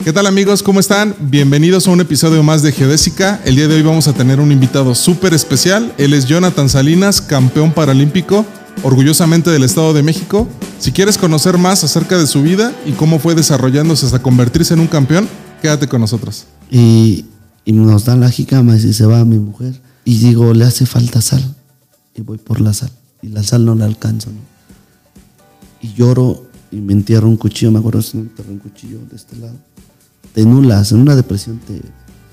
¿Qué tal amigos? ¿Cómo están? Bienvenidos a un episodio más de Geodésica. El día de hoy vamos a tener un invitado súper especial. Él es Jonathan Salinas, campeón paralímpico, orgullosamente del Estado de México. Si quieres conocer más acerca de su vida y cómo fue desarrollándose hasta convertirse en un campeón, quédate con nosotros. Y nos dan la jícama y se va mi mujer. Y digo, le hace falta sal. Y voy por la sal. Y la sal no la alcanzo, ¿no? Y lloro y me entierro un cuchillo. Me acuerdo si me entierro un cuchillo de este lado. Te nulas, en una depresión te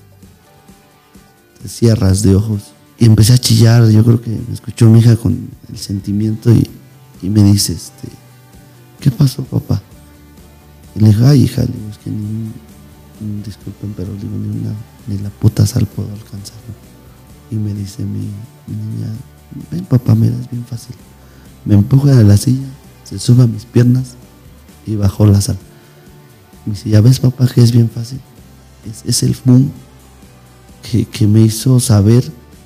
cierras de ojos. Y empecé a chillar. Yo creo que me escuchó mi hija con el sentimiento y me dice, ¿qué pasó, papá? Y le dije, ay, hija, le digo, es que disculpen, pero digo, ni la puta sal puedo alcanzar, ¿no? Y me dice mi niña, ven papá, mira, es bien fácil. Me empuja a la silla, se sube a mis piernas y bajó la sal. Me dice, ya ves papá que es bien fácil. Es el boom que me hizo saber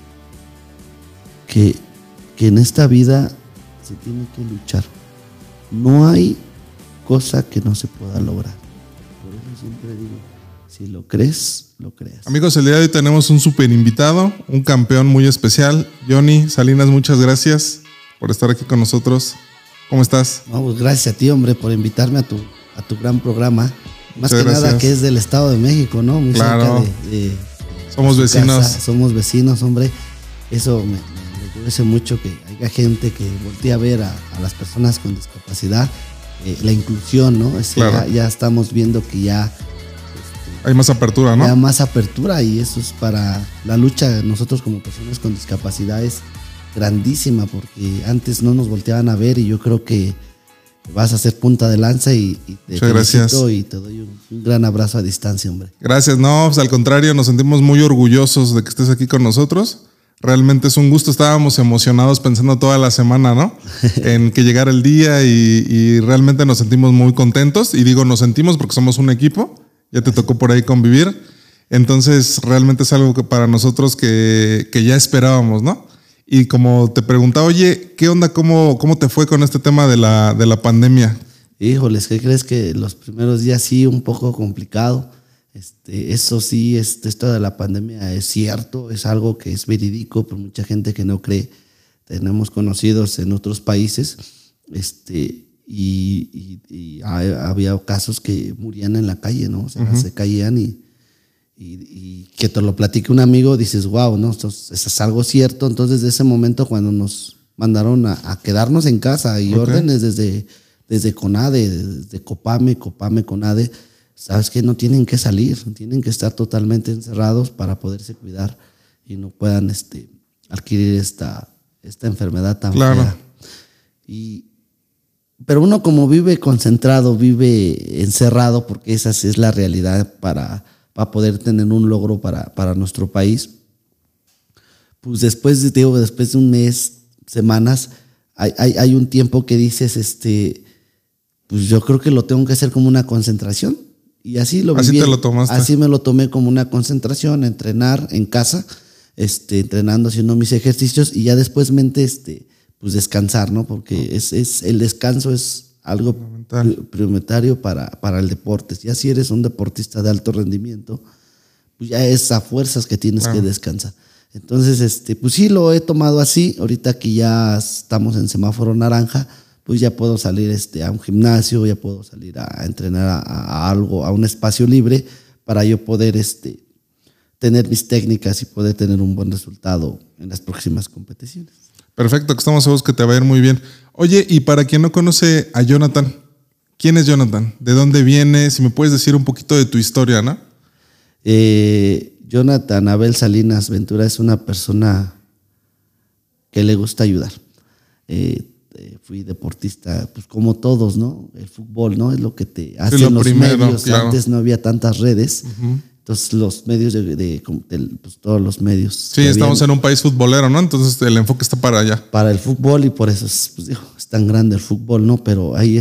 que en esta vida se tiene que luchar. No hay cosa que no se pueda lograr. Por eso siempre digo, si lo crees, lo creas. Amigos, el día de hoy tenemos un súper invitado, un campeón muy especial. Johnny Salinas, muchas gracias por estar aquí con nosotros. ¿Cómo estás? No, pues gracias a ti, hombre, por invitarme a tu gran programa. Más que nada que es del Estado de México, ¿no? Muy claro. Cerca de somos vecinos. Casa. Somos vecinos, hombre. Eso me agradece mucho que haya gente que voltee a ver a las personas con discapacidad. La inclusión, ¿no? Claro. Ya estamos viendo que ya hay más apertura, ¿no? Ya más apertura, y eso es para la lucha. Nosotros como personas con discapacidad es grandísima, porque antes no nos volteaban a ver, y yo creo que vas a ser punta de lanza y te felicito y te doy un gran abrazo a distancia, hombre. Gracias, no, pues al contrario, nos sentimos muy orgullosos de que estés aquí con nosotros. Realmente es un gusto, estábamos emocionados pensando toda la semana, ¿no? En que llegara el día y realmente nos sentimos muy contentos. Y digo, nos sentimos porque somos un equipo, ya te tocó por ahí convivir. Entonces realmente es algo que para nosotros que ya esperábamos, ¿no? Y como te preguntaba, oye, ¿qué onda? ¿Cómo te fue con este tema de la pandemia? Híjoles, ¿qué crees? Que los primeros días sí, un poco complicado. Eso sí, esto de la pandemia es cierto, es algo que es verídico por mucha gente que no cree. Tenemos conocidos en otros países, y había casos que morían en la calle, ¿no? O sea, se caían y que te lo platique un amigo, dices, wow, ¿no? Esto es algo cierto. Entonces, de ese momento, cuando nos mandaron a quedarnos en casa y órdenes desde CONADE, desde Copame, CONADE, sabes que no tienen que salir, tienen que estar totalmente encerrados para poderse cuidar y no puedan adquirir esta enfermedad tan fea. Pero uno, como vive concentrado, vive encerrado, porque esa es la realidad para poder tener un logro para nuestro país. Pues después de un mes, semanas, hay un tiempo que dices, pues yo creo que lo tengo que hacer como una concentración. Y así lo viví. Así te lo tomaste. Así me lo tomé, como una concentración, entrenar en casa, entrenando, haciendo mis ejercicios, y ya después pues descansar, ¿no? Porque el descanso es algo prioritario para el deporte. Ya si eres un deportista de alto rendimiento, pues ya es a fuerzas que tienes que descansar. Entonces, pues sí lo he tomado así. Ahorita que ya estamos en semáforo naranja, pues ya puedo salir a un gimnasio, ya puedo salir a entrenar a algo, a un espacio libre, para yo poder tener mis técnicas y poder tener un buen resultado en las próximas competiciones. Perfecto, que estamos seguros que te va a ir muy bien. Oye, y para quien no conoce a Jonathan, ¿quién es Jonathan? ¿De dónde viene? Si me puedes decir un poquito de tu historia, ¿no? Jonathan Abel Salinas Ventura es una persona que le gusta ayudar. Fui deportista, pues como todos, ¿no? El fútbol, ¿no? Es lo que te hacen los medios. Claro. Antes no había tantas redes. Entonces los medios pues todos los medios. Sí, estamos en un país futbolero, ¿no? Entonces el enfoque está para allá. Para el fútbol, y por eso es tan grande el fútbol, ¿no? Pero ahí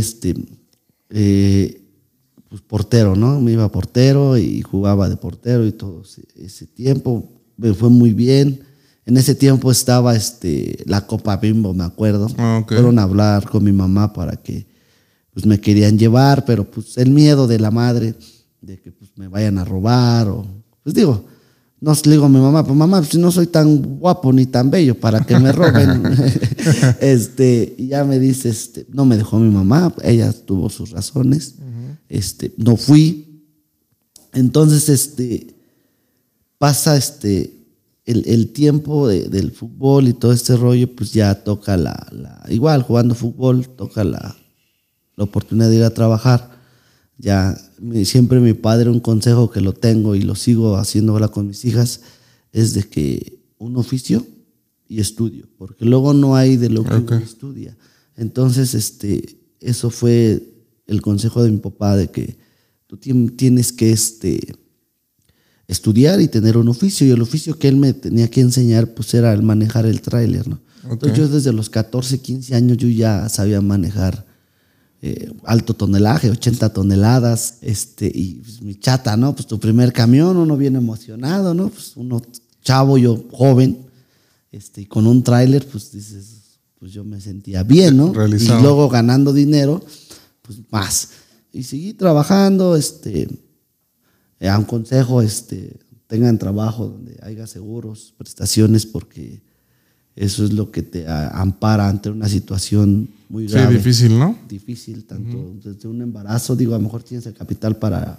pues portero, ¿no? Me iba portero y jugaba de portero, y todo ese tiempo me fue muy bien. En ese tiempo estaba la Copa Bimbo, me acuerdo. Fueron a hablar con mi mamá para que pues me querían llevar, pero pues el miedo de la madre de que pues, me vayan a robar o, pues digo, no le digo a mi mamá, pues mamá, si no soy tan guapo ni tan bello para que me roben. Y ya me dice, no me dejó mi mamá, ella tuvo sus razones, no fui. Entonces, pasa el tiempo del fútbol y todo este rollo, pues ya toca igual jugando fútbol, toca la oportunidad de ir a trabajar. Ya siempre mi padre, un consejo que lo tengo y lo sigo haciendo ahora con mis hijas, es de que un oficio y estudio, porque luego no hay de lo que uno estudia. Entonces, eso fue el consejo de mi papá, de que tú tienes que estudiar y tener un oficio, y el oficio que él me tenía que enseñar pues era el manejar el tráiler, ¿no? Entonces yo desde los 14, 15 años yo ya sabía manejar alto tonelaje, 80 toneladas, y pues, mi chata, ¿no? Pues tu primer camión, uno bien emocionado, ¿no? Pues uno chavo, yo joven, y con un tráiler, pues dices, pues yo me sentía bien, ¿no? Realizado. Y luego ganando dinero, pues más. Y seguí trabajando, a un consejo, tengan trabajo donde haya seguros, prestaciones, porque eso es lo que te ampara ante una situación muy grave. Sí, difícil, ¿no? Difícil, tanto desde un embarazo, digo, a lo mejor tienes el capital para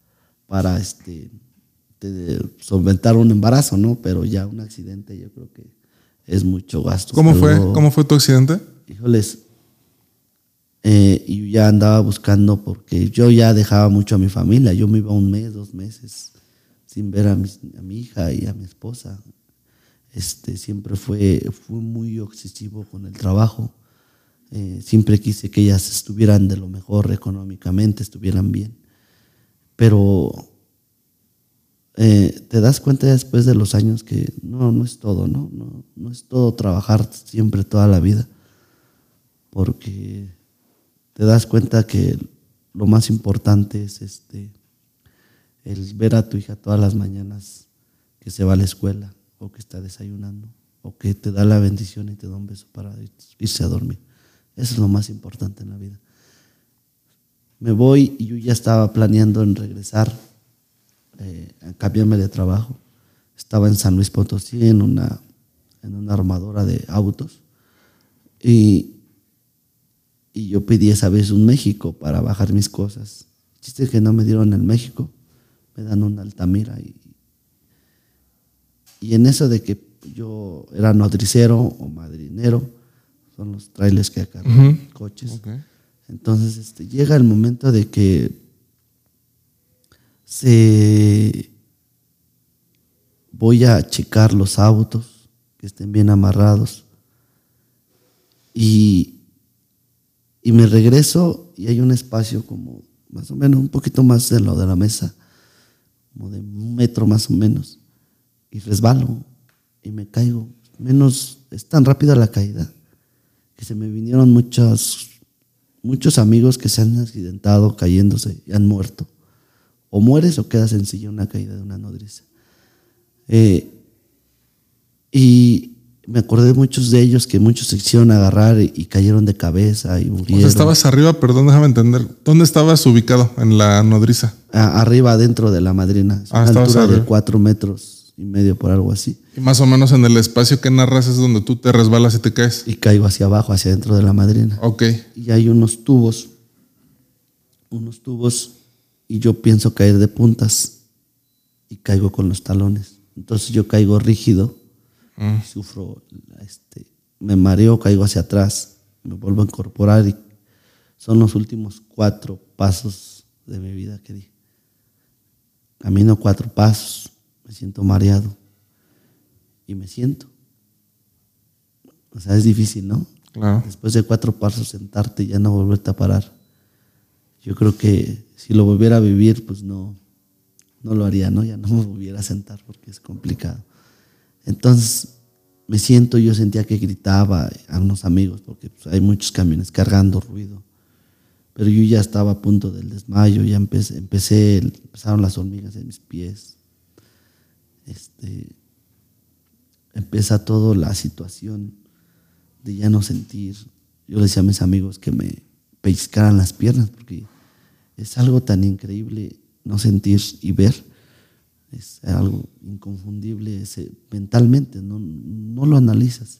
solventar un embarazo, ¿no? Pero ya un accidente yo creo que es mucho gasto. ¿Cómo fue tu accidente? Híjoles, y yo ya andaba buscando, porque yo ya dejaba mucho a mi familia. Yo me iba 1 mes, 2 meses sin ver a mi hija y a mi esposa. Siempre fue muy obsesivo con el trabajo. Siempre quise que ellas estuvieran de lo mejor económicamente, estuvieran bien. Pero te das cuenta después de los años que no es todo, ¿no? No es todo trabajar siempre toda la vida. Porque te das cuenta que lo más importante es el ver a tu hija todas las mañanas que se va a la escuela, o que está desayunando, o que te da la bendición y te da un beso para irse a dormir. Eso es lo más importante en la vida. Me voy y yo ya estaba planeando en regresar, a cambiarme de trabajo. Estaba en San Luis Potosí en una armadora de autos, y yo pedí esa vez un México para bajar mis cosas. El chiste es que no me dieron el México, me dan un Altamira, y en eso de que yo era nodricero o madrinero, son los trailers que acarrean coches. Okay. Entonces llega el momento de que voy a checar los autos, que estén bien amarrados, y me regreso, y hay un espacio como más o menos un poquito más de lo de la mesa, como de 1 metro más o menos, y resbalo y me caigo. Es tan rápida la caída que se me vinieron muchos amigos que se han accidentado cayéndose y han muerto. O mueres o quedas en silla, una caída de una nodriza. Y me acordé de muchos de ellos, que muchos se quisieron agarrar y cayeron de cabeza y murieron. O sea, estabas arriba, perdón, déjame entender. ¿Dónde estabas ubicado en la nodriza? Arriba, dentro de la madrina. Es una altura de 4,5 metros por algo así. Y más o menos en el espacio que narras es donde tú te resbalas y te caes. Y caigo hacia abajo, hacia dentro de la madrina. Ok. Y hay unos tubos, y yo pienso caer de puntas y caigo con los talones. Entonces yo caigo rígido, sufro, me mareo, caigo hacia atrás, me vuelvo a incorporar, y son los últimos 4 pasos de mi vida que di. Camino 4 pasos, me siento mareado y me siento. O sea, es difícil, ¿no? Claro. Después de 4 pasos sentarte y ya no volverte a parar. Yo creo que si lo volviera a vivir, pues no lo haría, ¿no? Ya no me volviera a sentar porque es complicado. Entonces me siento, yo sentía que gritaba a unos amigos porque pues, hay muchos camiones cargando ruido. Pero yo ya estaba a punto del desmayo, ya empezaron las hormigas en mis pies. Empieza toda la situación de ya no sentir. Yo le decía a mis amigos que me pellizcaran las piernas, porque es algo tan increíble no sentir y ver es algo inconfundible mentalmente, no lo analizas.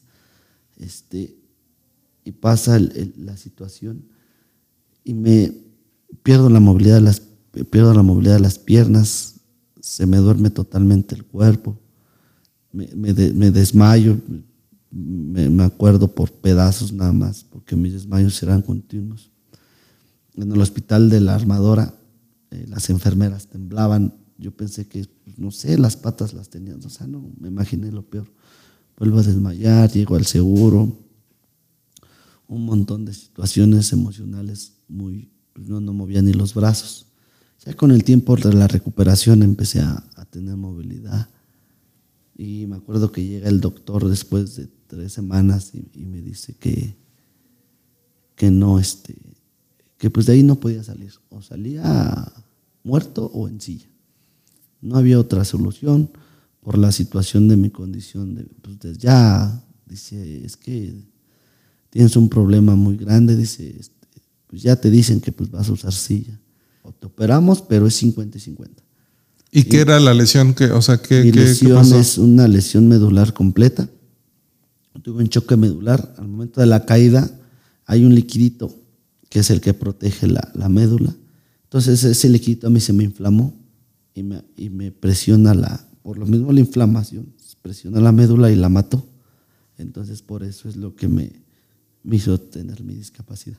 Y pasa la situación y pierdo la movilidad de las piernas, se me duerme totalmente el cuerpo, me desmayo, me acuerdo por pedazos nada más, porque mis desmayos eran continuos. En el hospital de la Armadora, las enfermeras temblaban. Yo pensé que, no sé, las patas las tenían. O sea, no, me imaginé lo peor. Vuelvo a desmayar, llego al seguro. Un montón de situaciones emocionales no movía ni los brazos. Ya con el tiempo de la recuperación empecé a tener movilidad. Y me acuerdo que llega el doctor después de 3 semanas y me dice que no, que pues de ahí no podía salir. O salía muerto o en silla. No había otra solución por la situación de mi condición. Pues ya, dice, es que tienes un problema muy grande. Dice, pues ya te dicen que pues vas a usar silla. O te operamos, pero es 50-50. ¿Y qué era la lesión? Mi lesión es una lesión medular completa. Tuve un choque medular. Al momento de la caída hay un liquidito que es el que protege la médula. Entonces ese liquidito a mí se me inflamó y me presiona por lo mismo la inflamación, presiona la médula y la mató. Entonces por eso es lo que me hizo tener mi discapacidad.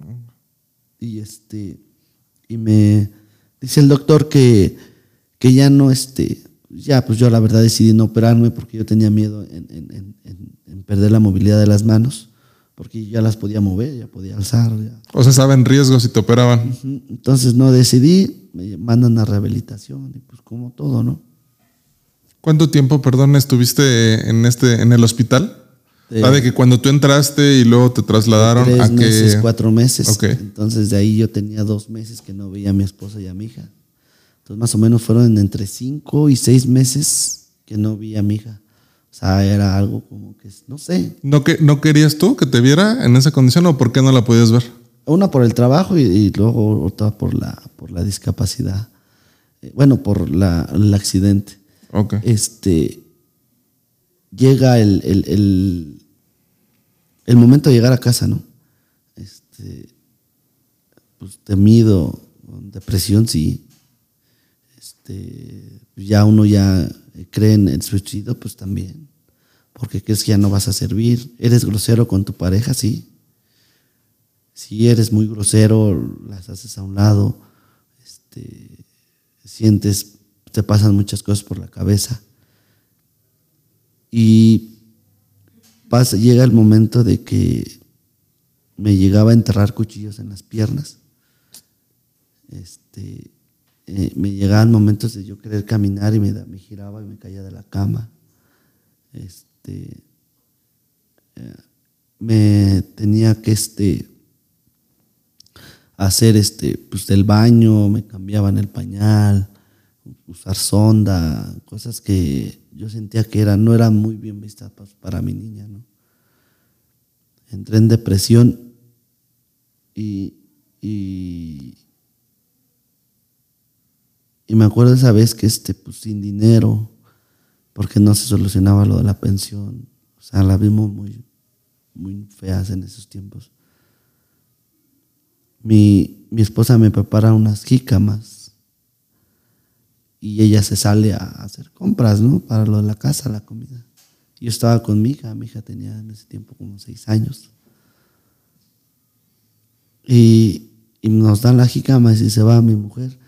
Y me dice el doctor que ya no, ya pues yo la verdad decidí no operarme porque yo tenía miedo en perder la movilidad de las manos, porque ya las podía mover, ya podía alzar. Ya. O sea, estaba en riesgo si te operaban. Entonces no decidí, me mandan a rehabilitación y pues como todo, ¿no? ¿Cuánto tiempo, perdón, estuviste en el hospital? De que cuando tú entraste y luego te trasladaron 3 meses, 4 meses. Okay. Entonces de ahí yo tenía 2 meses que no veía a mi esposa y a mi hija. Entonces más o menos fueron entre 5 y 6 meses que no vi a mi hija. O sea, era algo como que, no sé. ¿No querías tú que te viera en esa condición o por qué no la podías ver? Una por el trabajo y luego otra por la discapacidad. Bueno, por el accidente. Okay. Llega el momento de llegar a casa, ¿no? Pues temido, depresión, sí. Ya uno ya cree en el suicidio, pues también. Porque crees que ya no vas a servir. ¿Eres grosero con tu pareja? Sí. Si eres muy grosero, las haces a un lado. Sientes, te pasan muchas cosas por la cabeza. Y llega el momento de que me llegaba a enterrar cuchillos en las piernas. Me llegaban momentos de yo querer caminar y me giraba y me caía de la cama. Me tenía que hacer pues del baño, me cambiaban el pañal, usar sonda, cosas que yo sentía que no eran muy bien vistas para mi niña, ¿no? Entré en depresión y me acuerdo esa vez que pues sin dinero, porque no se solucionaba lo de la pensión. O sea, la vimos muy, muy feas en esos tiempos. Mi esposa me prepara unas jícamas y ella se sale a hacer compras, ¿no? Para lo de la casa, la comida. Yo estaba con mi hija tenía en ese tiempo como 6 años. Y nos dan la jícama y se va mi mujer.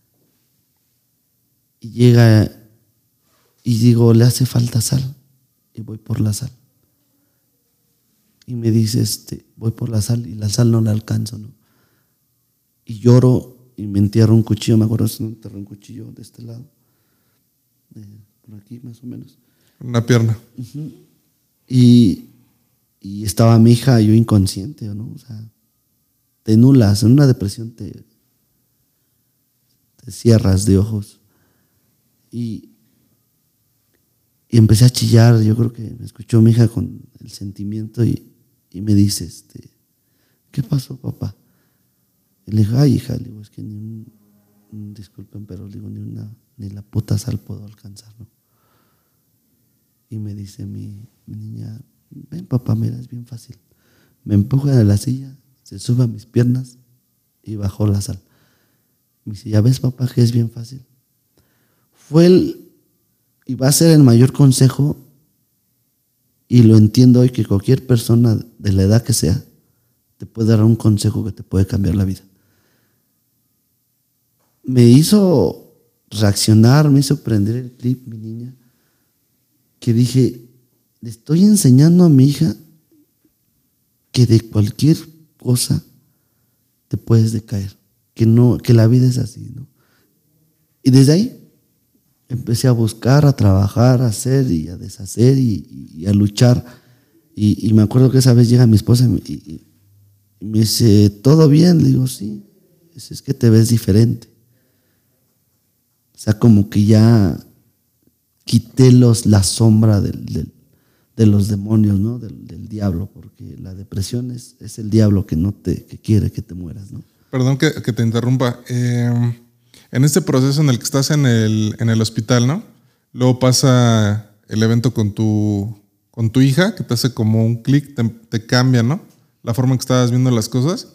Y llega y digo, le hace falta sal. Y voy por la sal. Y me dice, voy por la sal y la sal no la alcanzo, ¿no? Y lloro y me entierro un cuchillo, me acuerdo que me enterró un cuchillo de este lado. Por aquí más o menos. Una pierna. Uh-huh. Y estaba mi hija, yo inconsciente, ¿no? O sea, te nulas, en una depresión te cierras de ojos. Y empecé a chillar. Yo creo que me escuchó mi hija con el sentimiento y me dice, ¿qué pasó, papá? Y le dije, ay, hija, le digo, es que disculpen, pero digo, ni la puta sal puedo alcanzar, ¿no? Y me dice mi niña, ven papá, mira, es bien fácil. Me empuja de la silla, se sube a mis piernas y bajó la sal. Me dice, ¿ya ves papá que es bien fácil? Y va a ser el mayor consejo, y lo entiendo hoy, que cualquier persona de la edad que sea te puede dar un consejo que te puede cambiar la vida. Me hizo reaccionar, me hizo prender el clip, mi niña, que dije, le estoy enseñando a mi hija que de cualquier cosa te puedes decaer, que la vida es así, ¿no? Y desde ahí empecé a buscar, a trabajar, a hacer y a deshacer y a luchar. Y me acuerdo que esa vez llega mi esposa y me dice, ¿todo bien? Le digo, sí. Dice, es que te ves diferente. O sea, como que ya quité la sombra de los demonios, ¿no? Del diablo, porque la depresión es el diablo que quiere que te mueras, ¿no? Perdón que te interrumpa. En este proceso en el que estás en el hospital, ¿no? Luego pasa el evento con tu hija, que te hace como un clic, te cambia, ¿no? La forma en que estabas viendo las cosas.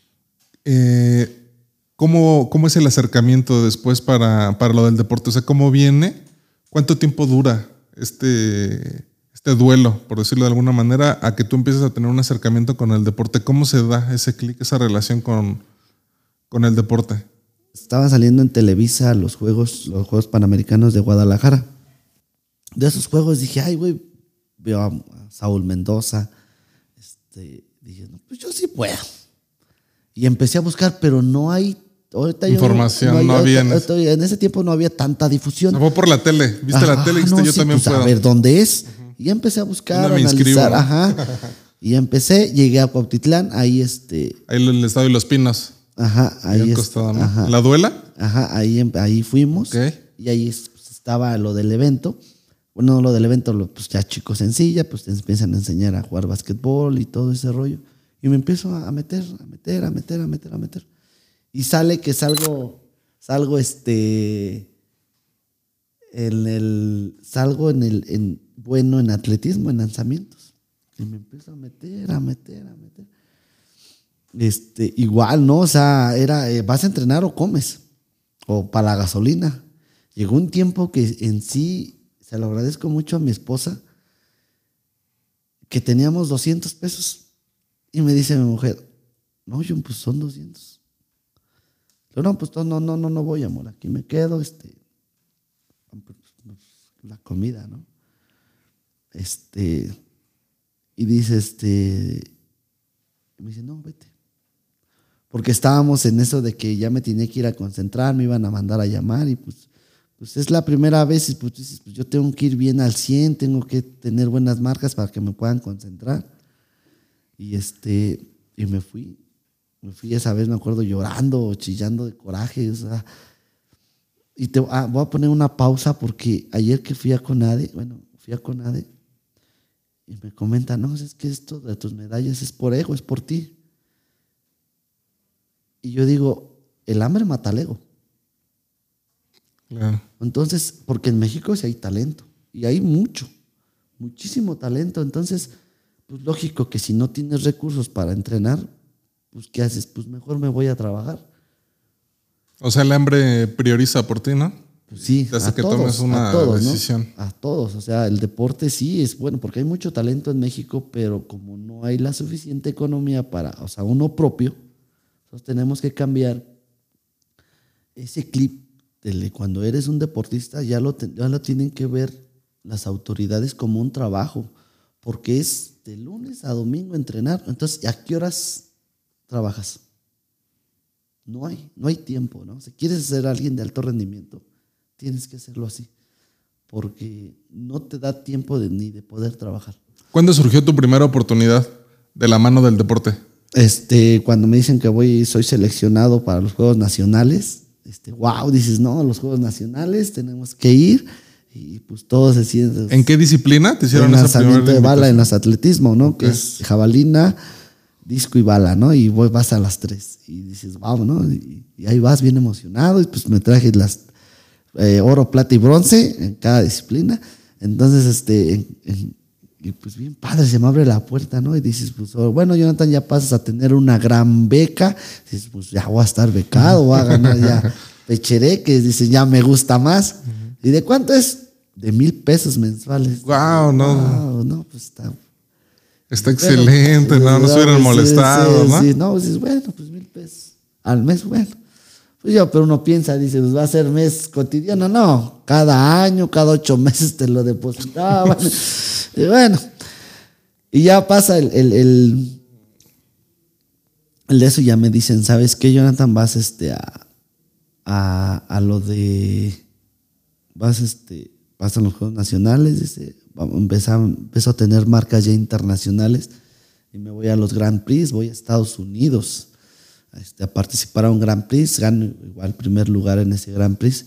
¿Cómo es el acercamiento después para lo del deporte? O sea, ¿cómo viene? ¿Cuánto tiempo dura este duelo, por decirlo de alguna manera, a que tú empieces a tener un acercamiento con el deporte? ¿Cómo se da ese clic, esa relación con el deporte? Estaba saliendo en Televisa los Juegos Panamericanos de Guadalajara. De esos juegos dije, ay, güey, veo a Saúl Mendoza. Dije, no, pues yo sí puedo. Y empecé a buscar, pero no hay ahorita información, no había. En ese tiempo no había tanta difusión. Se fue por la tele, viste la tele y dijiste, yo también puedo. A ver dónde es. Y empecé a buscar, a analizar. Ajá. Y llegué a Cuautitlán, ahí Ahí el Estado de los Pinos. Ajá, ahí costado, ¿no? Ajá. ¿La Duela? Ajá, ahí fuimos. Okay. Y ahí estaba lo del evento. Bueno, lo del evento, pues ya chicos en silla, pues te empiezan a enseñar a jugar básquetbol y todo ese rollo. Y me empiezo a meter. Y sale que salgo bueno en atletismo, en lanzamientos. Y me empiezo a meter. Igual, ¿no? O sea, ¿vas a entrenar o comes? O para la gasolina. Llegó un tiempo que en sí, se lo agradezco mucho a mi esposa, que teníamos 200 pesos. Y me dice mi mujer, no, John, pues son 200. Yo, no, pues no voy, amor, aquí me quedo, la comida, ¿no? Y dice, me dice, no, vete. Porque estábamos en eso de que ya me tenía que ir a concentrar, me iban a mandar a llamar y pues es la primera vez y pues dices, pues yo tengo que ir bien al 100, tengo que tener buenas marcas para que me puedan concentrar. Y me fui esa vez, me acuerdo, llorando, chillando de coraje, o sea. Y voy a poner una pausa porque ayer que fui a CONADE y me comenta, no, es que esto de tus medallas es por ego, es por ti. Y yo digo, el hambre mata al ego. Claro. Entonces, porque en México sí hay talento, y hay muchísimo talento. Entonces, pues lógico que si no tienes recursos para entrenar, pues ¿qué haces? Pues mejor me voy a trabajar. O sea, el hambre prioriza por ti, ¿no? Pues sí, te hace que tomes una decisión. ¿No? A todos, o sea, el deporte sí es bueno, porque hay mucho talento en México, pero como no hay la suficiente economía para, o sea, uno propio, entonces tenemos que cambiar ese clip de cuando eres un deportista, ya lo tienen que ver las autoridades como un trabajo, porque es de lunes a domingo entrenar. Entonces, ¿a qué horas trabajas? No hay tiempo, ¿no? Si quieres ser alguien de alto rendimiento, tienes que hacerlo así, porque no te da tiempo ni de poder trabajar. ¿Cuándo surgió tu primera oportunidad de la mano del deporte? Cuando me dicen que soy seleccionado para los Juegos Nacionales, wow, dices, no, los Juegos Nacionales tenemos que ir, y pues todo se siente. ¿En qué disciplina te hicieron esa primera lanzamiento de bala en los atletismo, ¿no? Okay. Que es jabalina, disco y bala, ¿no? Y vas a las 3 y dices, wow, ¿no? Y ahí vas bien emocionado y pues me traje las oro, plata y bronce en cada disciplina. Entonces, y pues bien padre, se me abre la puerta, ¿no? Y dices, pues bueno, Jonathan, ya pasas a tener una gran beca. Dices, pues ya voy a estar becado, voy a ganar ya pechereques. Dices, ya me gusta más. ¿Y de cuánto es? De $1,000 mensuales. Wow, no. Wow, no, pues está excelente, no se hubieran molestado, sí, ¿no? Sí, no, dices, bueno, pues $1,000 al mes, bueno. Pues yo, pero uno piensa, dice, pues va a ser mes cotidiano. No, cada año, cada 8 meses te lo depositaban. Y bueno, y ya pasa el de eso, ya me dicen, ¿sabes qué, Jonathan? Vas a lo de, vas a los Juegos Nacionales, dice, empiezo a tener marcas ya internacionales y me voy a los Grand Prix, voy a Estados Unidos a participar a un Grand Prix, gano igual primer lugar en ese Grand Prix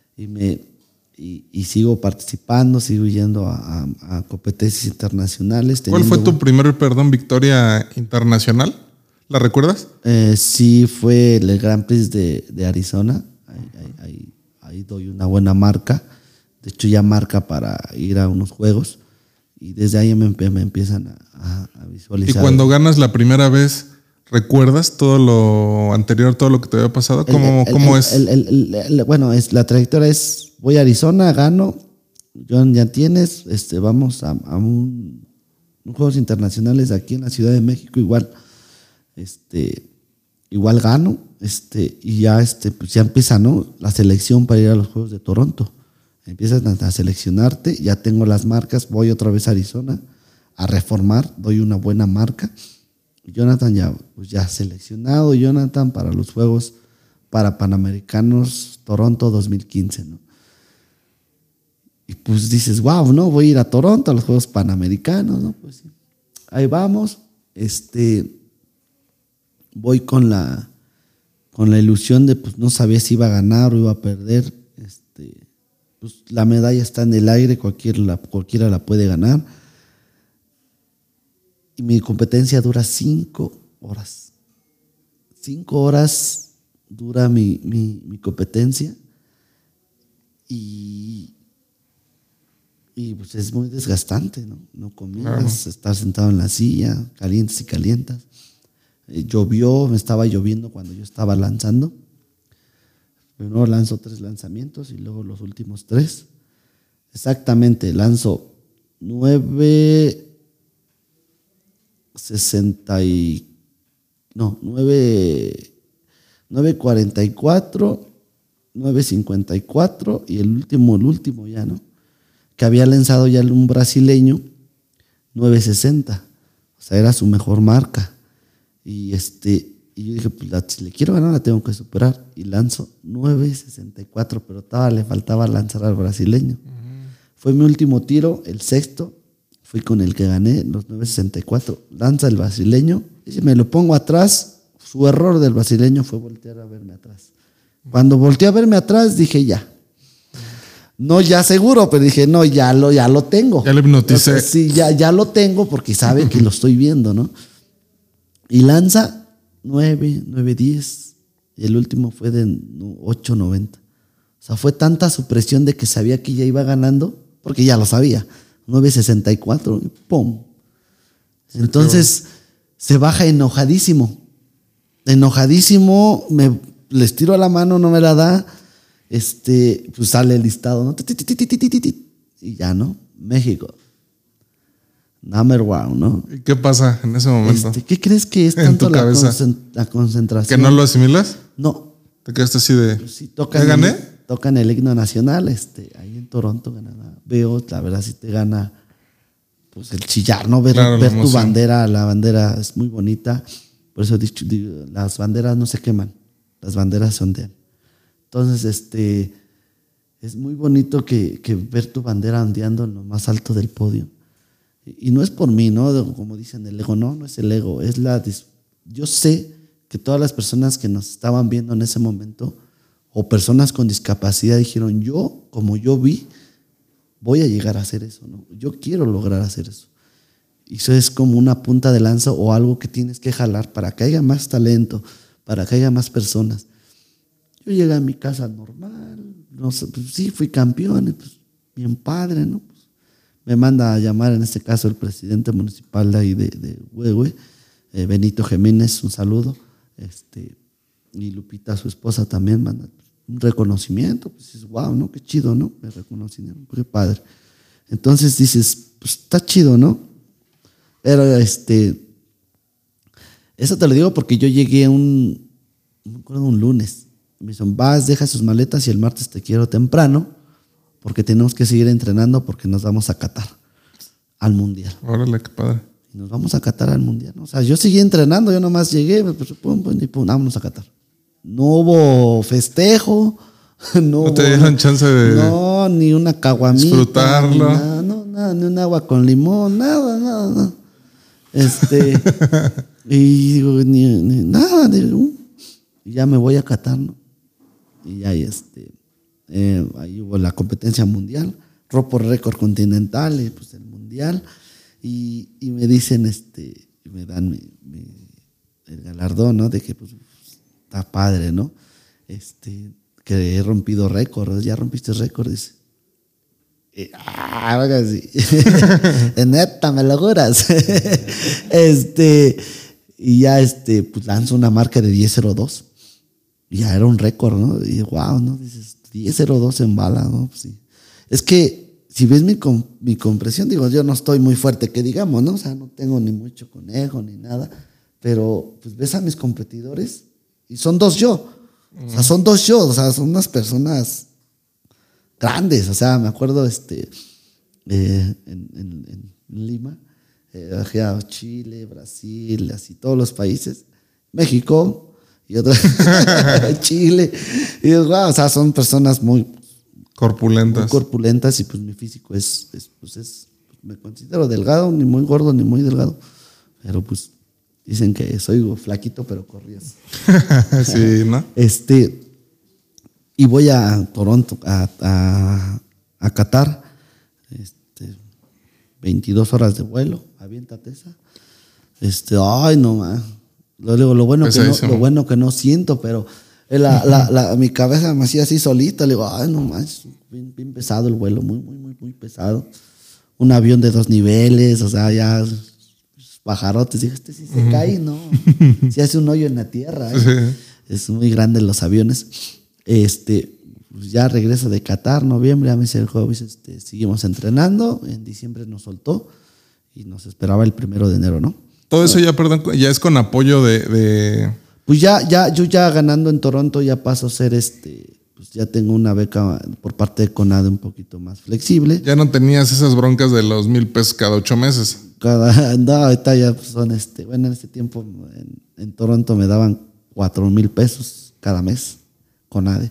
y sigo participando, sigo yendo a competencias internacionales. ¿Cuál fue tu primer, victoria internacional? ¿La recuerdas? Sí, fue el Grand Prix de Arizona. Ahí doy una buena marca. De hecho, ya marca para ir a unos juegos. Y desde ahí me empiezan a visualizar. Y cuando ganas la primera vez, ¿recuerdas todo lo anterior, todo lo que te había pasado? ¿Cómo es? Bueno, la trayectoria es, voy a Arizona, gano. John, ya tienes, vamos a unos Juegos Internacionales aquí en la Ciudad de México, igual gano, y ya, pues ya empieza, ¿no? La selección para ir a los Juegos de Toronto. Empiezas a seleccionarte, ya tengo las marcas, voy otra vez a Arizona a reformar, doy una buena marca. Jonathan ya seleccionado, Jonathan, para los Juegos para Panamericanos Toronto 2015, ¿no? Y pues dices, wow, ¿no? Voy a ir a Toronto a los Juegos Panamericanos, ¿no? Pues sí. Ahí vamos, voy con la ilusión de, pues no sabía si iba a ganar o iba a perder. Pues la medalla está en el aire, cualquiera la puede ganar. Y mi competencia dura 5 horas. 5 horas dura mi competencia. Y pues es muy desgastante, ¿no? No comías, estar sentado en la silla, calientes y calientas. Me estaba lloviendo cuando yo estaba lanzando. Primero lanzo 3 lanzamientos y luego los últimos 3. Exactamente, lanzo 9:44, 9:54 y el último ya, ¿no? Que había lanzado ya un brasileño, 9:60. O sea, era su mejor marca. Y yo dije, pues si le quiero ganar la tengo que superar. Y lanzo 9:64, pero le faltaba lanzar al brasileño. Fue mi último tiro, el sexto. Fui con el que gané, los 9:64. Lanza el brasileño. Y si me lo pongo atrás, su error del brasileño fue voltear a verme atrás. Cuando volteé a verme atrás, dije ya. No, ya seguro, pero dije, no, ya lo tengo. Ya le hipnoticé. O sea, sí, ya lo tengo porque sabe que lo estoy viendo, ¿no? Y lanza 9:10. Y el último fue de 8:90. O sea, fue tanta su presión de que sabía que ya iba ganando, porque ya lo sabía. 9:64 y ¡pum! Entonces se baja enojadísimo. Les tiro la mano, no me la da. Pues sale el listado, ¿no? Y ya, ¿no? México. Number one, ¿no? ¿Y qué pasa en ese momento? ¿Qué crees que es tanto la concentración? ¿Que no lo asimilas? No. ¿Te quedaste así de... Pues sí, ¿Ya gané? Tocan el himno nacional, ahí en Toronto, Canadá. Veo, la verdad, sí te gana pues el chillar, ¿no? Ver tu bandera, la bandera es muy bonita. Por eso digo, las banderas no se queman, las banderas se ondean. Entonces, es muy bonito que ver tu bandera ondeando en lo más alto del podio. Y no es por mí, ¿no? Como dicen, el ego, no es el ego, es yo sé que todas las personas que nos estaban viendo en ese momento, o personas con discapacidad, dijeron, como yo vi, voy a llegar a hacer eso, ¿no? Yo quiero lograr hacer eso. eso es como una punta de lanza o algo que tienes que jalar para que haya más talento, para que haya más personas. Yo llegué a mi casa normal, no sé, pues sí, fui campeón, pues bien padre, ¿no? Pues me manda a llamar en este caso el presidente municipal de ahí de Huehue, Benito Jiménez, un saludo, y Lupita, su esposa, también manda un reconocimiento, pues dices, wow, ¿no? Qué chido, ¿no? Me reconocieron, qué padre. Entonces dices, pues está chido, ¿no? Pero eso te lo digo porque yo llegué no me acuerdo, un lunes. Me dicen, vas, deja sus maletas y el martes te quiero temprano porque tenemos que seguir entrenando porque nos vamos a Qatar al Mundial. Órale, qué padre. Y nos vamos a Qatar al Mundial, ¿no? O sea, yo seguí entrenando, yo nomás llegué, pues, pum, y pum, vámonos a Qatar. No hubo festejo, no te dieron chance de... No, ni una caguamita. Disfrutarlo. Nada, ni un agua con limón, nada. Y digo, ni nada, y ya me voy a Qatar, ¿no? Y ya ahí hubo la competencia mundial, rompo récord continental, pues el mundial, y me dicen, me dan el galardón, ¿no? De que pues está padre, ¿no? Que he rompido récords, ya rompiste récords. Sí. Neta, me lo juras. Y ya pues lanzo una marca de 10.02. Y ya era un récord, ¿no? Y wow, ¿no? Dices, 10.02 en bala, ¿no? Pues sí. Es que si ves mi compresión, digo, yo no estoy muy fuerte, que digamos, ¿no? O sea, no tengo ni mucho conejo ni nada. Pero pues ves a mis competidores y son dos yo. O sea, son dos yo, o sea, son unas personas grandes. O sea, me acuerdo en Lima, bajé a Chile, Brasil, así todos los países, México y otra Chile. Y wow, o sea, son personas muy corpulentas y pues mi físico me considero delgado, ni muy gordo ni muy delgado, pero pues dicen que soy flaquito pero corrias. Sí, ¿no? Y voy a Toronto, a Qatar, 22 horas de vuelo, aviéntate esa. Ay, no, man. Lo bueno que no siento, pero mi cabeza me hacía así solita. Le digo, ay, no más, bien pesado el vuelo, muy pesado. Un avión de 2 niveles, o sea, ya pajarotes. Dije, si se cae, no. Si hace un hoyo en la tierra. Sí. Es muy grande los aviones. Pues ya regreso de Qatar, noviembre, ya me dice el jueves, seguimos entrenando. En diciembre nos soltó y nos esperaba el 1 de enero, ¿no? Todo eso ya, perdón, ya es con apoyo de... Pues yo ya ganando en Toronto ya paso a ser pues ya tengo una beca por parte de CONADE un poquito más flexible. Ya no tenías esas broncas de los 1,000 pesos cada 8 meses. No, ahorita ya son bueno, en ese tiempo en Toronto me daban 4,000 pesos cada mes, CONADE.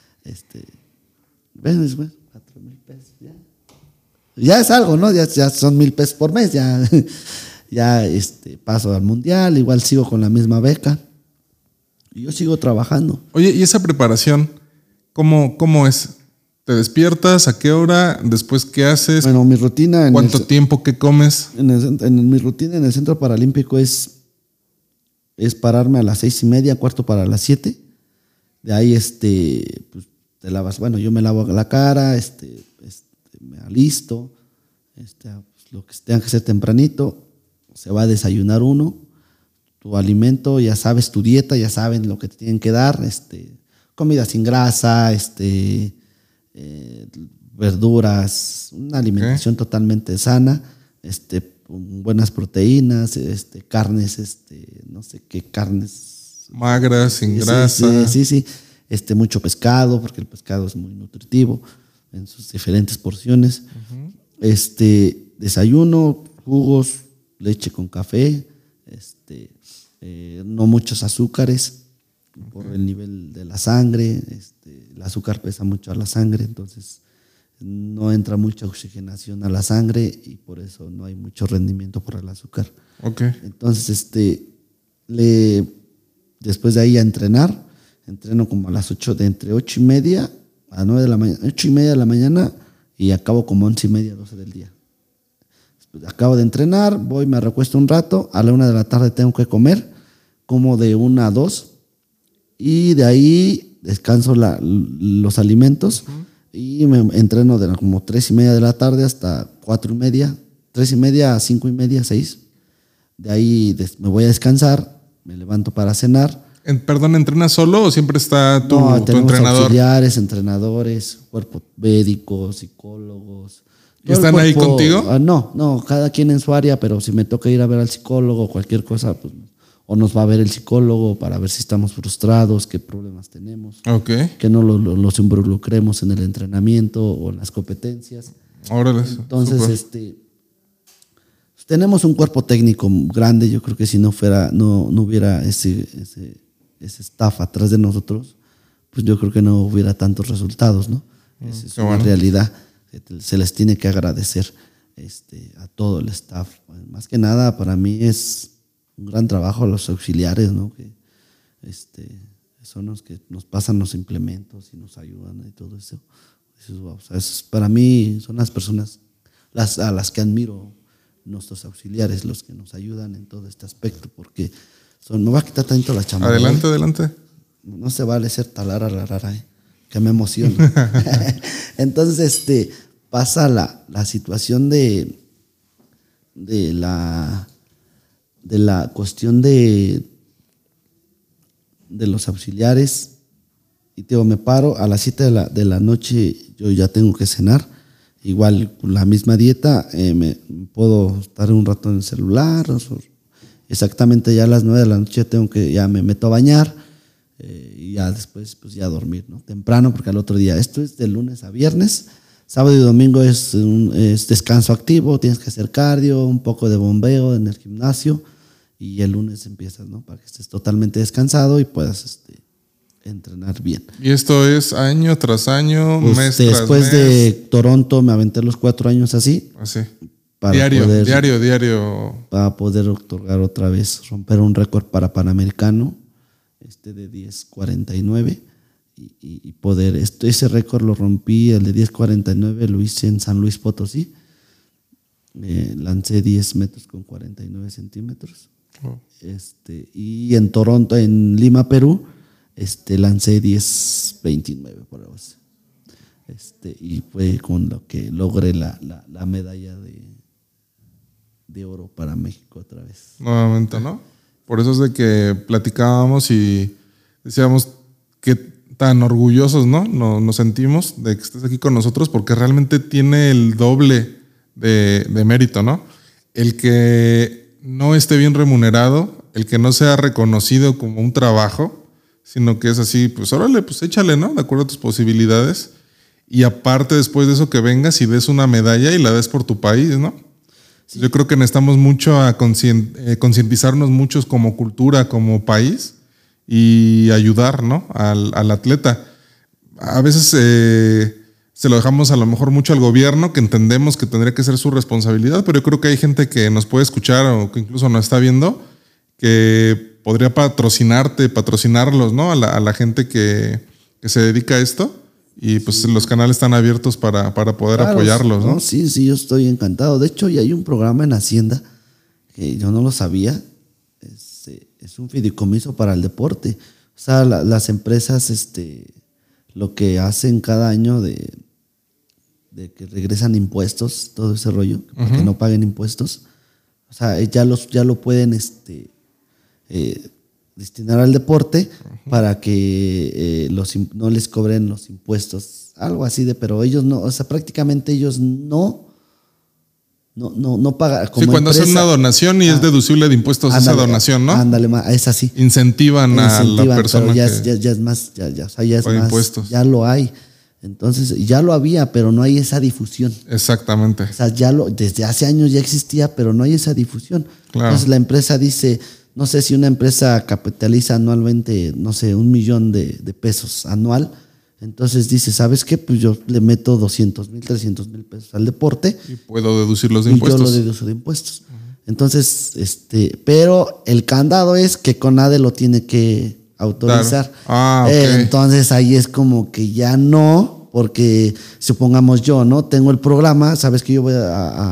Bueno, 4,000 pesos, ya. Ya es algo, ¿no? Ya son 1,000 pesos por mes, ya paso al mundial, igual sigo con la misma beca. Y yo sigo trabajando. Oye, ¿y esa preparación cómo es? ¿Te despiertas? ¿A qué hora? ¿Después qué haces? Bueno, mi rutina... ¿Cuánto tiempo? ¿Qué comes? Mi rutina en el Centro Paralímpico es pararme a las 6:30, 6:45. De ahí, pues, te lavas. Bueno, yo me lavo la cara, me alisto, pues, lo que tenga que ser tempranito. Se va a desayunar uno. Tu alimento, ya sabes, tu dieta, ya saben lo que te tienen que dar. Comida sin grasa, verduras, una alimentación totalmente sana, buenas proteínas, carnes, no sé qué carnes. Magras, sin grasa. Sí. Mucho pescado, porque el pescado es muy nutritivo en sus diferentes porciones. Desayuno, jugos, leche con café, no muchos azúcares por el nivel de la sangre. El azúcar pesa mucho a la sangre, entonces no entra mucha oxigenación a la sangre y por eso no hay mucho rendimiento por el azúcar. Okay. Entonces, después de ahí a entrenar, entreno como a las 8, de entre 8:30 a 9 de la mañana, 8:30 de la mañana y acabo como 11:30, 12 del día. acabo de entrenar, voy, me recuesto un rato, a la 1 de la tarde tengo que comer, como de 1 a 2, y de ahí descanso los alimentos, y me entreno de como 3:30 de la tarde hasta 4:30, 3:30 a 5:30, 6. De ahí me voy a descansar, me levanto para cenar. Perdón, ¿entrenas solo o siempre está tu entrenador? Auxiliares, entrenadores, cuerpo médicos, psicólogos. ¿Y están ahí contigo? No, cada quien en su área, pero si me toca ir a ver al psicólogo o cualquier cosa, pues, o nos va a ver el psicólogo para ver si estamos frustrados, qué problemas tenemos, que no los involucremos en el entrenamiento o en las competencias. Órale. Entonces, tenemos un cuerpo técnico grande. Yo creo que si no hubiera ese staff atrás de nosotros, pues yo creo que no hubiera tantos resultados, ¿no? Esa es una realidad. Se les tiene que agradecer a todo el staff. Más que nada, para mí es un gran trabajo los auxiliares, ¿no? Que son los que nos pasan los implementos y nos ayudan y todo eso. O sea, para mí son las personas a las que admiro, nuestros auxiliares, los que nos ayudan en todo este aspecto, porque me va a quitar tanto la chamba. Adelante. No se vale ser talara la rara, que me emociona. Entonces, pasa la situación de la cuestión de los auxiliares, y me paro a las 7 de la noche, yo ya tengo que cenar. Igual, con la misma dieta, me puedo estar un rato en el celular. Exactamente ya a las 9 de la noche ya me meto a bañar, y ya después pues ya a dormir, ¿no? Temprano, porque al otro día, esto es de lunes a viernes, sábado y domingo es descanso activo, tienes que hacer cardio, un poco de bombeo en el gimnasio, y el lunes empiezas, ¿no? Para que estés totalmente descansado y puedas entrenar bien. ¿Y esto es año tras año, mes tras mes? Después de Toronto me aventé los 4 años así. Así. Diario. Para poder otorgar otra vez, romper un récord para Panamericano, de 10:49, y poder, ese récord lo rompí, el de 10:49 lo hice en San Luis Potosí. Lancé 10 metros con 49 centímetros. Oh. Y en Toronto, en Lima, Perú, lancé 10:29 por algo así. Y fue con lo que logré la medalla de oro para México otra vez. Nuevamente, ¿no? Por eso es de que platicábamos y decíamos que tan orgullosos, ¿no? Nos sentimos de que estés aquí con nosotros, porque realmente tiene el doble de mérito, ¿no? El que no esté bien remunerado, el que no sea reconocido como un trabajo, sino que es así, pues órale, pues échale, ¿no? De acuerdo a tus posibilidades. Y aparte, después de eso, que vengas y des una medalla y la des por tu país, ¿no? Sí. Yo creo que necesitamos mucho a concientizarnos muchos como cultura, como país, y ayudar, ¿no? al atleta. A veces se lo dejamos a lo mejor mucho al gobierno, que entendemos que tendría que ser su responsabilidad, pero yo creo que hay gente que nos puede escuchar o que incluso nos está viendo, que podría patrocinarlos, ¿no? A la gente que se dedica a esto, y pues sí, los canales están abiertos para poder apoyarlos, ¿no? Sí, yo estoy encantado. De hecho, ya hay un programa en Hacienda que yo no lo sabía. Es un fideicomiso para el deporte. O sea, las empresas, lo que hacen cada año de que regresan impuestos, todo ese rollo, para que no paguen impuestos. O sea, ya lo pueden destinar al deporte para que no les cobren los impuestos, algo así pero ellos no, o sea, prácticamente ellos no pagan. Como cuando hacen una donación y es deducible de impuestos, ándale, esa donación, ¿no? Ándale, es así. Incentivan a la persona, pero ya es más, o sea, ya es más, impuestos. Ya lo hay. Entonces, ya lo había, pero no hay esa difusión. Exactamente. O sea, desde hace años ya existía, pero no hay esa difusión. Claro. Entonces, la empresa dice, no sé si una empresa capitaliza anualmente, no sé, $1 millón de pesos anual. Entonces dice, ¿sabes qué? Pues yo le meto 200,000, 300,000 pesos al deporte. Y puedo deducirlos de impuestos. Y yo lo deduzco de impuestos. Entonces, pero el candado es que CONADE lo tiene que autorizar. Claro. Okay. Entonces ahí es como que ya no, porque supongamos yo, ¿no? Tengo el programa, sabes que yo voy a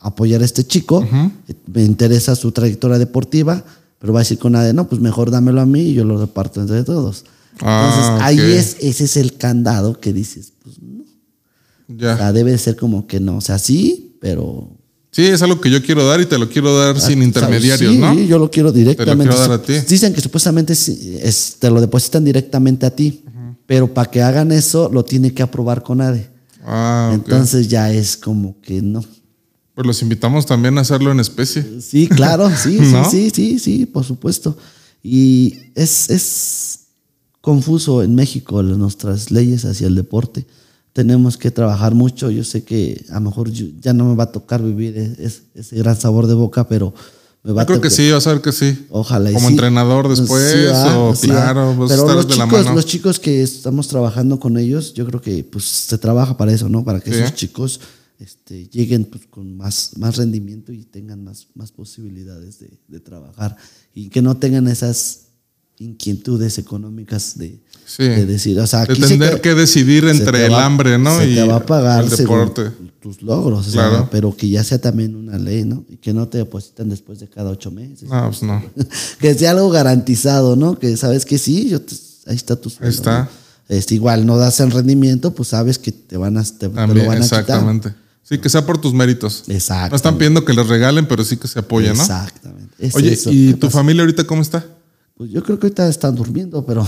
apoyar a este chico, me interesa su trayectoria deportiva, pero va a decir con ADE, no, pues mejor dámelo a mí y yo lo reparto entre todos. Entonces, ahí ese es el candado que dices, pues no. Ya. O sea, debe ser como que no, o sea, sí, pero... Sí, es algo que yo quiero dar y te lo quiero dar sin intermediarios, sí, ¿no? Sí, yo lo quiero directamente. Te lo quiero dar a ti. Dicen que supuestamente te lo depositan directamente a ti, pero para que hagan eso lo tiene que aprobar con ADE. Entonces ya es como que no. Pues los invitamos también a hacerlo en especie. Sí, claro, sí, ¿no? sí, por supuesto. Y es confuso en México nuestras leyes hacia el deporte. Tenemos que trabajar mucho. Yo sé que a lo mejor ya no me va a tocar vivir ese gran sabor de boca, pero me va a tocar. Yo creo que sí, vas a ver que sí. Ojalá. Como entrenador después, claro, vas a estar de la mano. Los chicos que estamos trabajando con ellos, yo creo que pues se trabaja para eso, ¿no? Para que esos chicos lleguen pues, con más rendimiento y tengan más posibilidades de trabajar y que no tengan esas inquietudes económicas de decir, o sea, de tener que decidir entre el hambre, ¿no? Y te va a pagar el deporte. Tus logros, claro. O sea, pero que ya sea también una ley, ¿no? Y que no te depositan después de cada 8 meses. No, pues no. Que sea algo garantizado, ¿no? Que sabes que sí, ahí está tu sueldo. Ahí está. ¿No? Igual no das el rendimiento, pues sabes que te lo van a exactamente. quitar. Sí, que sea por tus méritos. Exacto. No están pidiendo que les regalen, pero sí que se apoyen, ¿no? Exactamente. Oye, ¿y tu familia ahorita cómo está? Pues yo creo que ahorita están durmiendo, pero...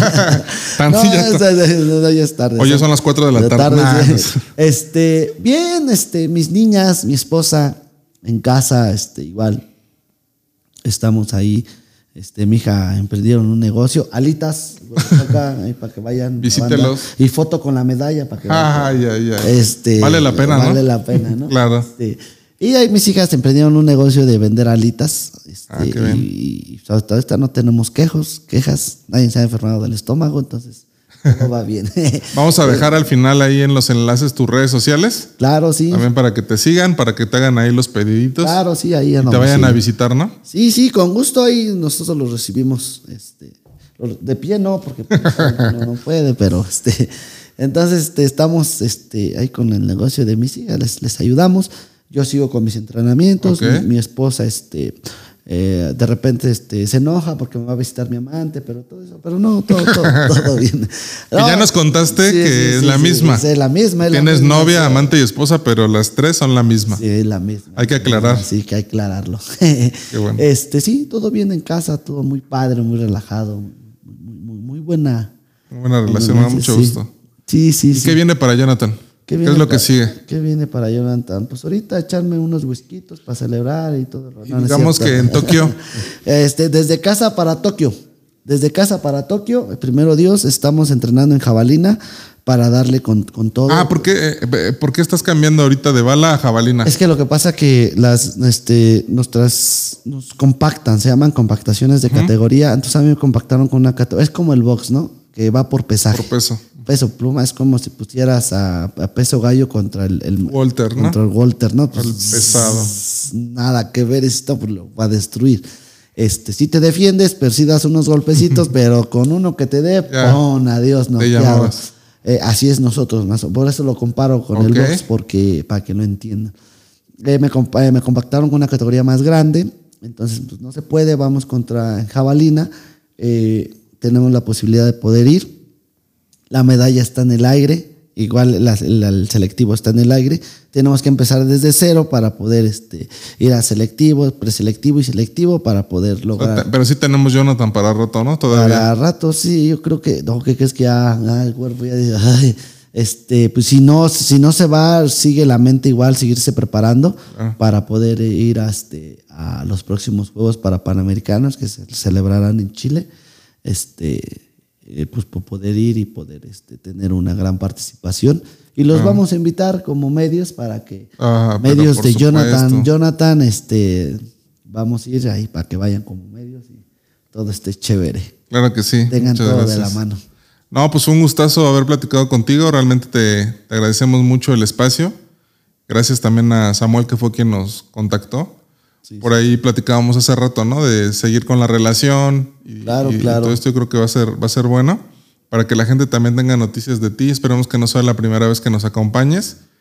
ya es tarde. Oye, son las 4 de la tarde. Sí. Bien, mis niñas, mi esposa, en casa, igual. Estamos ahí. Mi hija emprendieron un negocio. Alitas, acá, para que vayan. Visítelos. Y foto con la medalla para que vayan. Vale la pena, ¿no? Vale la pena, ¿no? Claro. Y ahí mis hijas emprendieron un negocio de vender alitas. Qué bien. Y hasta ahorita no tenemos quejas. Nadie se ha enfermado del estómago, entonces todo va bien. Vamos a dejar al final ahí en los enlaces tus redes sociales. Claro, sí. También para que te sigan, para que te hagan ahí los pediditos. Claro, sí, ahí andamos. Y te vayan a visitar, ¿no? Sí, con gusto ahí nosotros los recibimos. De pie no, porque no puede, pero entonces estamos ahí con el negocio de mis hijas, les ayudamos. Yo sigo con mis entrenamientos. Mi esposa, de repente se enoja porque me va a visitar mi amante, pero todo eso, pero no, todo bien. No, y ya nos contaste que es la misma. Es la misma. Tienes novia, amante y esposa, pero las tres son la misma. Sí, es la misma. Hay que aclarar. Sí, que hay que aclararlo. Qué bueno. Sí, todo bien en casa, todo muy padre, muy relajado, muy buena. Muy buena relación, me da mucho gusto. Sí. ¿Y qué viene para Jonathan? ¿Qué es lo que sigue? ¿Qué viene para Jonathan? Pues ahorita echarme unos whiskitos para celebrar y todo. Y digamos que en Tokio. Desde casa para Tokio. Primero Dios, estamos entrenando en jabalina para darle con todo. ¿Por qué estás cambiando ahorita de bala a jabalina? Es que lo que pasa que nos compactan, se llaman compactaciones de categoría. Entonces a mí me compactaron con una categoría. Es como el box, ¿no? Que va por pesaje. Por peso. Peso pluma es como si pusieras a peso gallo contra el Walter, ¿no? Contra el Walter, ¿no? Pues, el pesado. Nada que ver, esto pues, lo va a destruir. Sí te defiendes, pero sí das unos golpecitos, pero con uno que te dé, ¡pum! Adiós, no. Así es nosotros, por eso lo comparo con el box, porque para que lo entiendan. Me compactaron con una categoría más grande, entonces pues, no se puede, vamos contra jabalina, tenemos la posibilidad de poder ir. La medalla está en el aire, igual el selectivo está en el aire. Tenemos que empezar desde cero para poder ir a selectivo, preselectivo y selectivo para poder lograr. Pero sí tenemos Jonathan para rato, ¿no? Todavía. Para rato, sí, yo creo que. No, ¿qué crees que ya el cuerpo ya dice? Pues si no se va, sigue la mente igual, seguirse preparando para poder ir a los próximos Juegos para Panamericanos que se celebrarán en Chile. Pues por poder ir y poder tener una gran participación y los vamos a invitar como medios para que medios de Jonathan vamos a ir ahí para que vayan como medios y todo esté chévere. Claro que sí. Tengan todo gracias. De la mano. No, pues un gustazo haber platicado contigo. Realmente te agradecemos mucho el espacio. Gracias también a Samuel, que fue quien nos contactó. Sí, por ahí platicábamos hace rato, ¿no? De seguir con la relación y todo esto yo creo que va a ser bueno para que la gente también tenga noticias de ti. Esperemos que no sea la primera vez que nos acompañes,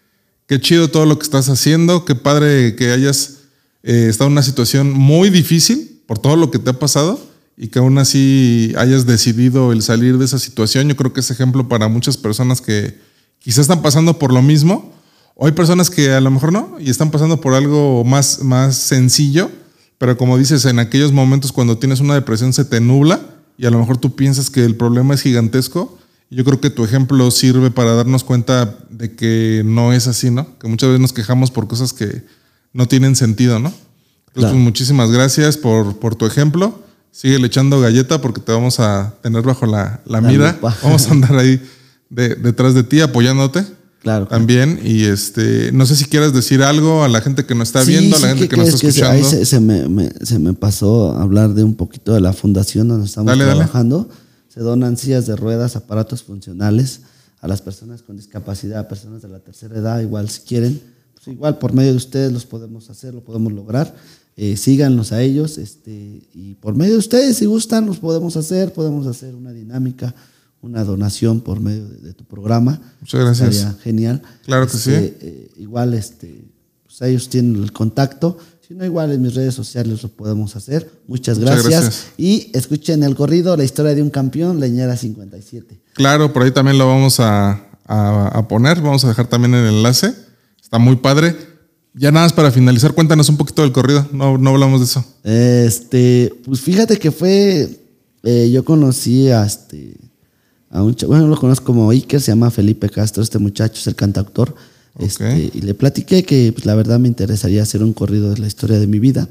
qué chido todo lo que estás haciendo, qué padre que hayas estado en una situación muy difícil por todo lo que te ha pasado y que aún así hayas decidido el salir de esa situación. Yo creo que es ejemplo para muchas personas que quizás están pasando por lo mismo, o hay personas que a lo mejor no y están pasando por algo más sencillo, pero como dices, en aquellos momentos cuando tienes una depresión se te nubla y a lo mejor tú piensas que el problema es gigantesco. Yo creo que tu ejemplo sirve para darnos cuenta de que no es así, ¿no? Que muchas veces nos quejamos por cosas que no tienen sentido, ¿no? Entonces, Claro. pues, muchísimas gracias por tu ejemplo. Síguele echando galleta porque te vamos a tener bajo la mira. lupa. Vamos a andar ahí detrás de ti apoyándote. Claro. También. Y no sé si quieres decir algo a la gente que nos está viendo, a la gente que nos está escuchando. Ahí se me pasó a hablar de un poquito de la fundación donde estamos trabajando. Se donan sillas de ruedas, aparatos funcionales a las personas con discapacidad, a personas de la tercera edad, igual si quieren, pues igual por medio de ustedes los podemos hacer, lo podemos lograr. Síganos a ellos y por medio de ustedes, si gustan, los podemos hacer una dinámica, una donación por medio de tu programa. Muchas gracias. Estaría genial. Claro que sí. Igual pues ellos tienen el contacto. Si no, igual en mis redes sociales lo podemos hacer. Muchas gracias. Y escuchen el corrido, la historia de un campeón, Leñera 57. Claro, por ahí también lo vamos a poner. Vamos a dejar también el enlace. Está muy padre. Ya nada más para finalizar, cuéntanos un poquito del corrido. No hablamos de eso. Pues fíjate que fue. Yo conocí a un bueno, lo conozco como Iker, se llama Felipe Castro, este muchacho es el cantautor. Okay. Y le platiqué que pues, la verdad me interesaría hacer un corrido de la historia de mi vida.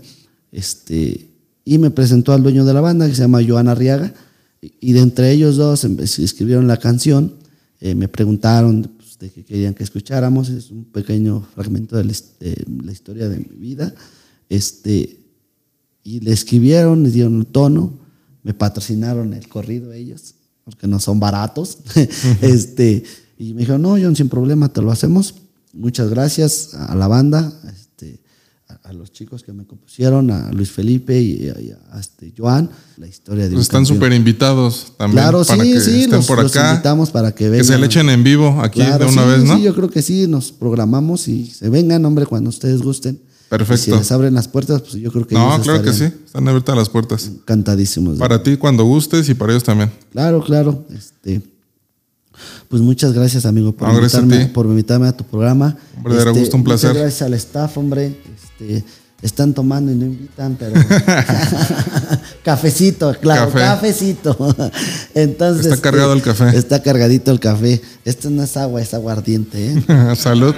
Y me presentó al dueño de la banda, que se llama Joan Arriaga. Y de entre ellos dos escribieron la canción. Me preguntaron pues, de qué querían que escucháramos. Es un pequeño fragmento de la historia de mi vida. Y le escribieron, le dieron un tono. Me patrocinaron el corrido ellos, porque no son baratos. Y me dijeron, no, John, sin problema, te lo hacemos. Muchas gracias a la banda, a los chicos que me compusieron, a Luis Felipe y a Joan, la historia de pues están súper invitados también. Claro, para sí, que sí, estén por los acá, invitamos para que vengan. que se le echen en vivo aquí claro, de una sí, vez, ¿no? Sí, yo creo que sí, nos programamos y se vengan, hombre, cuando ustedes gusten. Perfecto. Y si les abren las puertas, pues yo creo que no, ellos claro que sí, estarían están abiertas las puertas. Encantadísimos. Para ti cuando gustes y para ellos también. Claro. Pues muchas gracias, amigo, por invitarme a tu programa. Hombre, de gusto, un placer. Muchas gracias al staff, hombre. Están tomando y no invitan, pero cafecito, claro, cafecito. Entonces está cargado el café. Está cargadito el café. Esto no es agua, es aguardiente, ¿eh? Salud.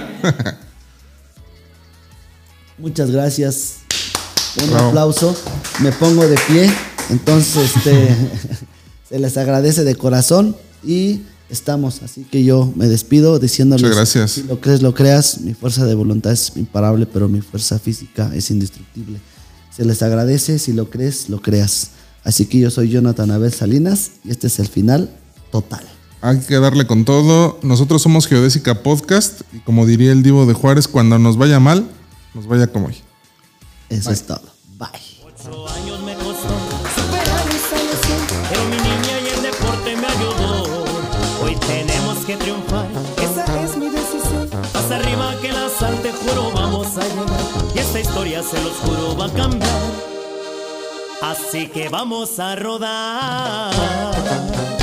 Muchas gracias. Un aplauso. Me pongo de pie. Entonces, se les agradece de corazón y estamos. Así que yo me despido diciéndoles: muchas gracias. Si lo crees, lo creas. Mi fuerza de voluntad es imparable, pero mi fuerza física es indestructible. Se les agradece. Si lo crees, lo creas. Así que yo soy Jonathan Abel Salinas y este es el final total. Hay que darle con todo. Nosotros somos Geodésica Podcast y como diría el Divo de Juárez, cuando nos vaya mal, nos vaya como hoy. Eso es todo. Bye. 8 años me costó superar esa lesión, pero mi niña y el deporte me ayudó. Hoy tenemos que triunfar, esa es mi decisión. Más arriba que la sal, te juro, vamos a llegar. Y esta historia, se los juro, va a cambiar. Así que vamos a rodar.